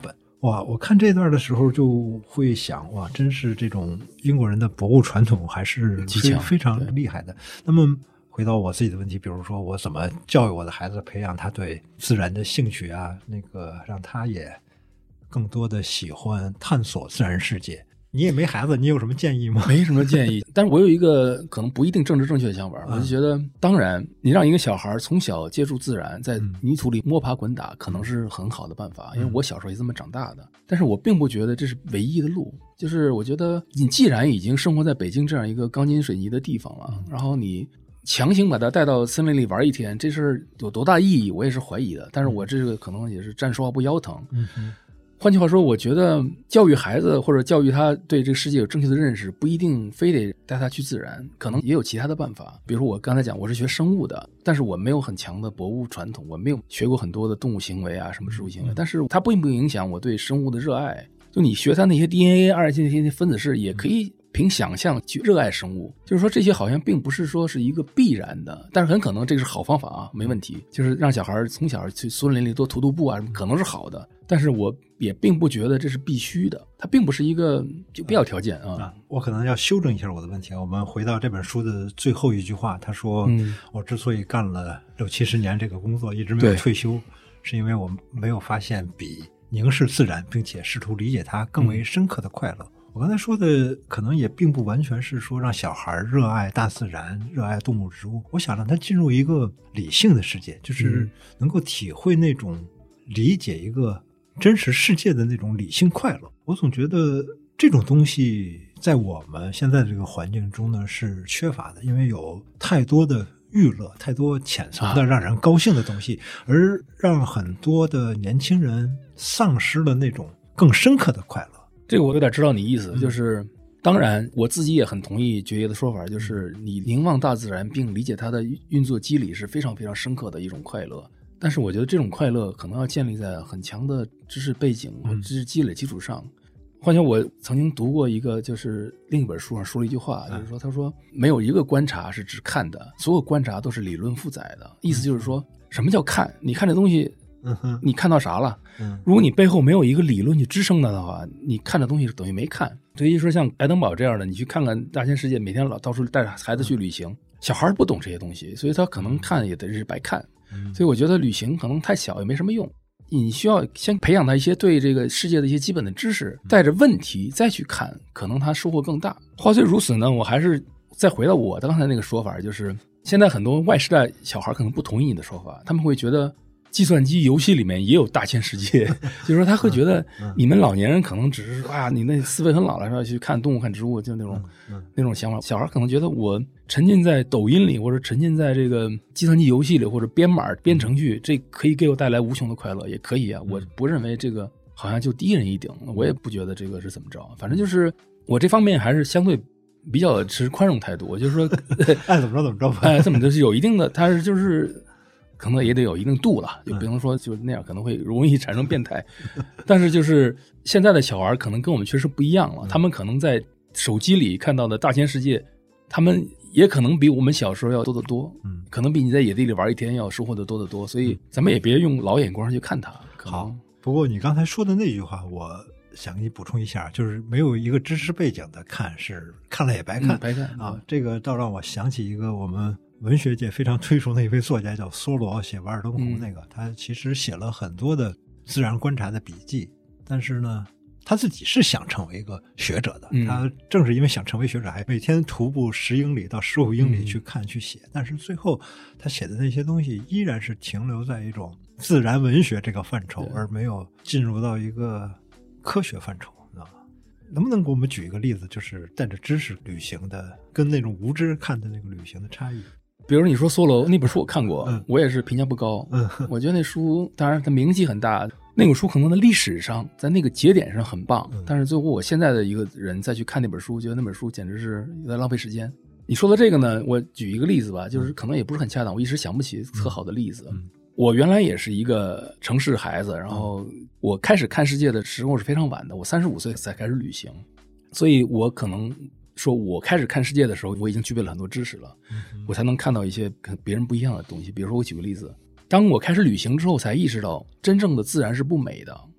哇，我看这段的时候就会想，哇，真是这种英国人的博物传统还是非非常厉害的。那么回到我自己的问题，比如说我怎么教育我的孩子，培养他对自然的兴趣啊，那个让他也更多的喜欢探索自然世界。你也没孩子，你有什么建议吗？ 没什么建议，但是我有一个可能不一定政治正确的想法，我就觉得，当然，你让一个小孩从小接触自然，在泥土里摸爬滚打，可能是很好的办法，因为我小时候也这么长大的。但是我并不觉得这是唯一的路，就是我觉得你既然已经生活在北京这样一个钢筋水泥的地方了，然后你强行把他带到森林里玩一天，这事儿有多大意义，我也是怀疑的。但是我这个可能也是站说话不腰疼。 嗯哼。 换句话说，我觉得教育孩子或者教育他对这个世界有正确的认识，不一定非得带他去自然，可能也有其他的办法。比如说我刚才讲，我是学生物的，但是我没有很强的博物传统，我没有学过很多的动物行为啊，什么植物行为，但是它并不影响我对生物的热爱。就你学它那些 D N A、二进那些分子式，也可以凭想象去热爱生物。就是说这些好像并不是说是一个必然的，但是很可能这个是好方法啊，没问题。就是让小孩从小去森林里多徒徒步啊，可能是好的。但是我也并不觉得这是必须的，它并不是一个就必要条件 啊, 啊。 我可能要修正一下我的问题啊。我们回到这本书的最后一句话，他说：“嗯、我之所以干了六七十年这个工作，一直没有退休，是因为我没有发现比凝视自然并且试图理解它更为深刻的快乐。嗯”我刚才说的可能也并不完全是说让小孩热爱大自然、热爱动物植物，我想让他进入一个理性的世界，就是能够体会那种理解一个真实世界的那种理性快乐。我总觉得这种东西在我们现在这个环境中呢是缺乏的，因为有太多的娱乐，太多浅层的让人高兴的东西，而让很多的年轻人丧失了那种更深刻的快乐。 这个我有点知道你意思，就是当然我自己也很同意爵爷的说法，就是你凝望大自然并理解它的运作机理是非常非常深刻的一种快乐。但是我觉得这种快乐可能要建立在很强的知识背景和知识积累基础上。换句话，我曾经读过一个就是另一本书上说了一句话，就是说他说没有一个观察是只看的，所有观察都是理论负载的。意思就是说什么叫看？你看这东西你看到啥了？如果你背后没有一个理论去支撑它的话，你看的东西等于没看。所以说像爱登堡这样的，你去看看大千世界，每天老到处带着孩子去旅行，小孩不懂这些东西，所以他可能看也得是白看。所以我觉得旅行可能太小也没什么用，你需要先培养他一些对这个世界的一些基本的知识，带着问题再去看，可能他收获更大。话虽如此呢，我还是再回到我的刚才那个说法，就是现在很多外时代小孩可能不同意你的说法，他们会觉得计算机游戏里面也有大千世界，就是说他会觉得你们老年人可能只是说啊，你那思维很老了，要去看动物、看植物，就那种、嗯嗯、那种想法。小孩可能觉得我沉浸在抖音里，或者沉浸在这个计算机游戏里，或者编码、编程序，这可以给我带来无穷的快乐，也可以啊。我不认为这个好像就低人一等，我也不觉得这个是怎么着。反正就是我这方面还是相对比较持宽容态度，我就是说爱怎么着怎么着吧， 哎，这么就是有一定的，他是就是。可能也得有一定度了，就不能说就那样可能会容易产生变态。但是就是现在的小孩可能跟我们确实不一样了，他们可能在手机里看到的大千世界，他们也可能比我们小时候要多得多，嗯，可能比你在野地里玩一天要收获的多得多。所以咱们也别用老眼光去看它。 好，不过你刚才说的那句话，我想给你补充一下，就是没有一个知识背景的看是看了也白看， 嗯、白看啊。这个倒让我想起一个我们文学界非常推崇的一位作家，叫梭罗，写《瓦尔登湖》那个、嗯、他其实写了很多的自然观察的笔记，但是呢他自己是想成为一个学者的、嗯、他正是因为想成为学者，还每天徒步十英里到十五英里去看、嗯、去写，但是最后他写的那些东西依然是停留在一种自然文学这个范畴，而没有进入到一个科学范畴。能不能给我们举一个例子，就是带着知识旅行的跟那种无知看的那个旅行的差异？ 比如你说梭罗那本书我看过、嗯、我也是评价不高、嗯、我觉得那书当然它名气很大，那本书可能在历史上在那个节点上很棒、嗯、但是最后我现在的一个人再去看那本书，觉得那本书简直是在浪费时间。你说的这个呢，我举一个例子吧，就是可能也不是很恰当，我一时想不起特好的例子、嗯嗯、我原来也是一个城市孩子，然后我开始看世界的时候是非常晚的，我三十五岁才开始旅行，所以我可能说我开始看世界的时候我已经具备了很多知识了、嗯、我才能看到一些跟别人不一样的东西。比如说我举个例子，当我开始旅行之后才意识到真正的自然是不美的，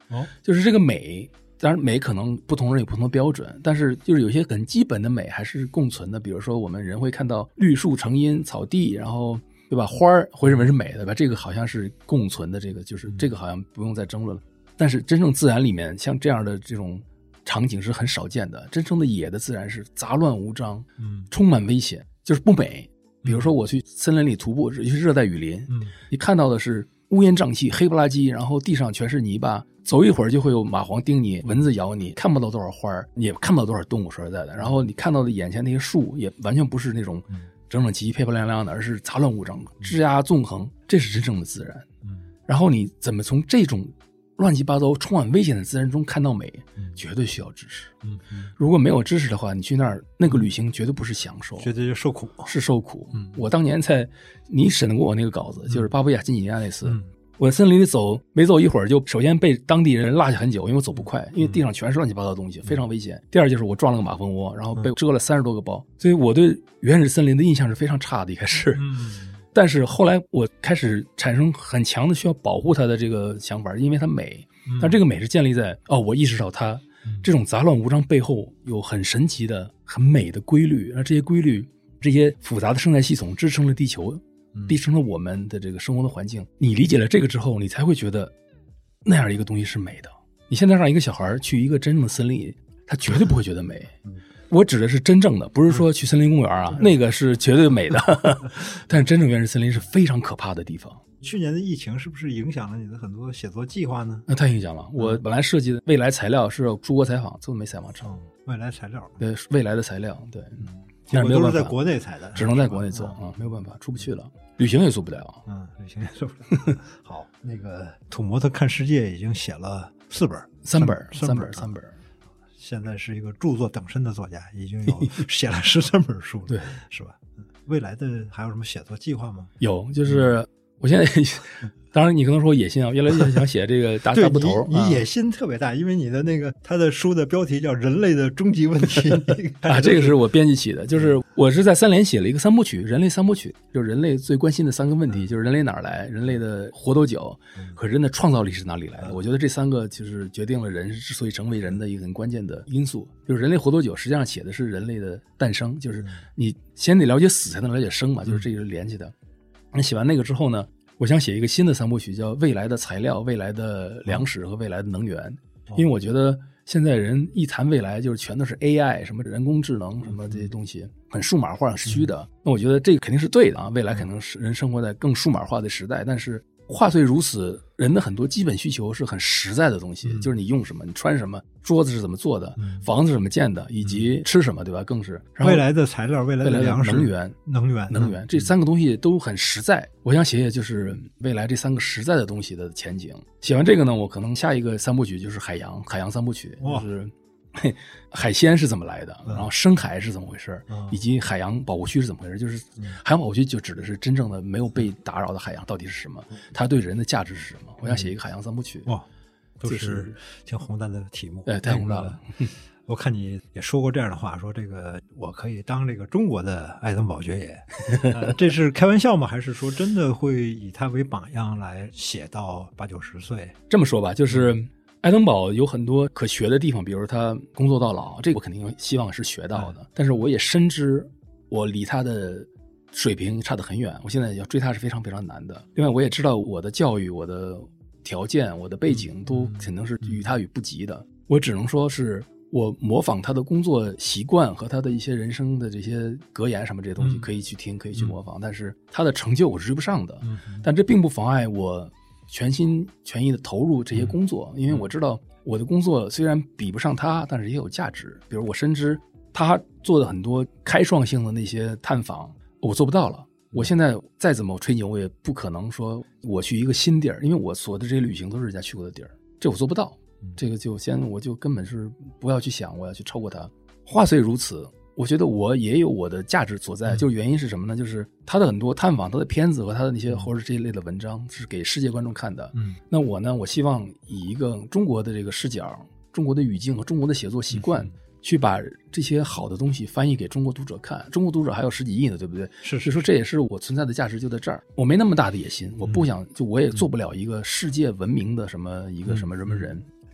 哦，就是这个美，当然美可能不同人有不同的标准，但是就是有些很基本的美还是共存的。比如说我们人会看到绿树成荫、草地，然后对吧，花儿会认为是美的，对吧？这个好像是共存的，这个就是这个好像不用再争论了。但是真正自然里面像这样的这种场景是很少见的，真正的野的自然是杂乱无章，嗯，充满危险，就是不美。比如说我去森林里徒步，尤其是热带雨林，嗯，你看到的是乌烟瘴气、黑不拉几，然后地上全是泥巴，走一会儿就会有蚂蟥叮你，蚊子咬你，看不到多少花，也看不到多少动物，说实在的。然后你看到的眼前那些树也完全不是那种整整齐齐、漂漂亮亮的，而是杂乱无章、枝桠纵横，这是真正的自然。然后你怎么从这种乱七八糟、充满危险的自然中看到美，绝对需要知识。嗯嗯，如果没有知识的话，你去那儿那个旅行绝对不是享受， 绝对就受苦， 是受苦。嗯，我当年在你审过我那个稿子，就是巴布亚新几内亚那次，嗯，我在森林里走，没走一会儿就首先被当地人落下很久，因为我走不快，因为地上全是乱七八糟的东西，非常危险。第二就是我撞了个马蜂窝，然后被蛰了三十多个包，所以我对原始森林的印象是非常差的。一开始，嗯。但是后来我开始产生很强的需要保护它的这个想法，因为它美。但这个美是建立在哦，我意识到它这种杂乱无章背后有很神奇的、很美的规律，而这些规律、这些复杂的生态系统支撑了地球，支撑了我们的这个生活的环境。你理解了这个之后，你才会觉得那样一个东西是美的。你现在让一个小孩去一个真正的森林，他绝对不会觉得美。我指的是真正的，不是说去森林公园啊，那个是绝对美的。但是真正原始森林是非常可怕的地方。 去年的疫情是不是影响了你的很多写作计划呢？ 那太影响了。我本来设计的未来材料是出国采访，最后没采访成。哦， 未来材料， 对，未来的材料，对， 嗯，但是没有办法，都是在国内采的， 只能在国内做啊、嗯，没有办法，出不去了，旅行也做不了， 嗯，旅行也做不了。好，那个土摩托看世界已经写了四本， 三本， 三本， 三本。 现在是一个著作等身的作家，已经有写了十三本书了， 对， 是吧？未来的还有什么写作计划吗？ 有，就是我现在，当然你可能说野心啊，越来越想写这个大大部头。 你, 你野心特别大，因为你的那个他的书的标题叫《人类的终极问题》 啊，这个是我编辑起的，就是我是在三联写了一个三部曲，人类三部曲，就是人类最关心的三个问题，就是人类哪儿来，人类的活多久，和人的创造力是哪里来的。我觉得这三个就是决定了人之所以成为人的一个很关键的因素。就是人类活多久，实际上写的是人类的诞生，就是你先得了解死才能了解生嘛，就是这个是连起的。那写完那个之后呢，我想写一个新的三部曲，叫未来的材料、未来的粮食和未来的能源。因为我觉得现在人一谈未来就是全都是 A I 什么人工智能什么这些东西，很数码化、很虚的。那我觉得这个肯定是对的啊，未来可能是人生活在更数码化的时代，但是话虽如此，人的很多基本需求是很实在的东西，嗯、就是你用什么，你穿什么，桌子是怎么做的，嗯、房子是怎么建的，以及吃什么，对吧？更是未来的材料、未来的粮食、 能源、 能源、 能源，这三个东西都很实在。我想写写就是未来这三个实在的东西的前景。写完这个呢，我可能下一个三部曲就是海洋，海洋三部曲，就是海鲜是怎么来的，然后深海是怎么回事，嗯、以及海洋保护区是怎么回事。就是海洋保护区就指的是真正的没有被打扰的海洋到底是什么，它对人的价值是什么。我想写一个海洋三部曲。 哇，都是挺宏大的题目， 对，太宏大了。 我看你也说过这样的话，说这个我可以当这个中国的爱登堡爵爷、呃，这是开玩笑吗？还是说真的会以他为榜样来写到八九十岁？ 这么说吧，就是爱登堡有很多可学的地方，比如他工作到老，这个我肯定希望是学到的。嗯、但是我也深知我离他的水平差得很远，我现在要追他是非常非常难的。另外，我也知道我的教育、我的条件、我的背景都肯定是与他与不及的。我只能说是我模仿他的工作习惯和他的一些人生的这些格言什么这些东西可以去听，可以去模仿，但是他的成就我是追不上的。但这并不妨碍我全心全意的投入这些工作，因为我知道我的工作虽然比不上他，但是也有价值。比如我深知他做的很多开创性的那些探访我做不到了，我现在再怎么吹牛我也不可能说我去一个新地儿，因为我所的这些旅行都是人家去过的地儿，这我做不到。这个就先我就根本是不要去想我要去超过他。话虽如此，我觉得我也有我的价值所在，就原因是什么呢？就是他的很多探访、他的片子和他的那些或者这一类的文章是给世界观众看的。嗯，那我呢，我希望以一个中国的这个视角、中国的语境和中国的写作习惯，嗯、去把这些好的东西翻译给中国读者看。中国读者还有十几亿呢，对不对？ 是， 所以说这也是我存在的价值就在这儿。我没那么大的野心，我不想，就我也做不了一个世界闻名的什么一个什么什么人。嗯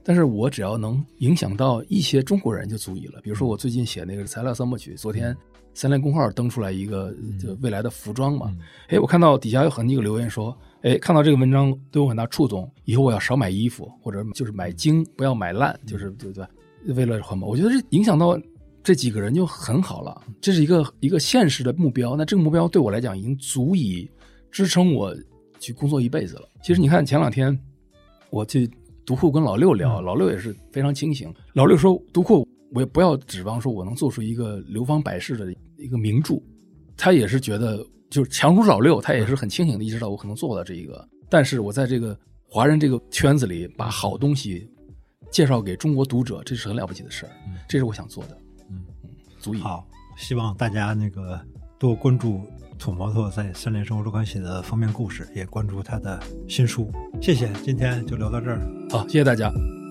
但是我只要能影响到一些中国人就足以了。比如说我最近写那个材料三部曲，昨天三联公号登出来一个就未来的服装嘛，哎、嗯，我看到底下有很多个留言说，哎，看到这个文章对我很大触动，以后我要少买衣服，或者就是买精，不要买烂，就是对对吧？为了环保，我觉得这影响到这几个人就很好了，这是一个一个现实的目标。那这个目标对我来讲已经足以支撑我去工作一辈子了。其实你看前两天我去读库跟老六聊，老六也是非常清醒。老六说读库我也不要指望说我能做出一个流芳百世的一个名著，他也是觉得就是强如老六，他也是很清醒的意识到我可能做不到这一个，但是我在这个华人这个圈子里把好东西介绍给中国读者，这是很了不起的事儿，这是我想做的。嗯嗯，足以。 好，希望大家那个多关注土摩托在三联生活周刊写的封面故事，也关注他的新书。谢谢，今天就聊到这儿。 好，谢谢大家。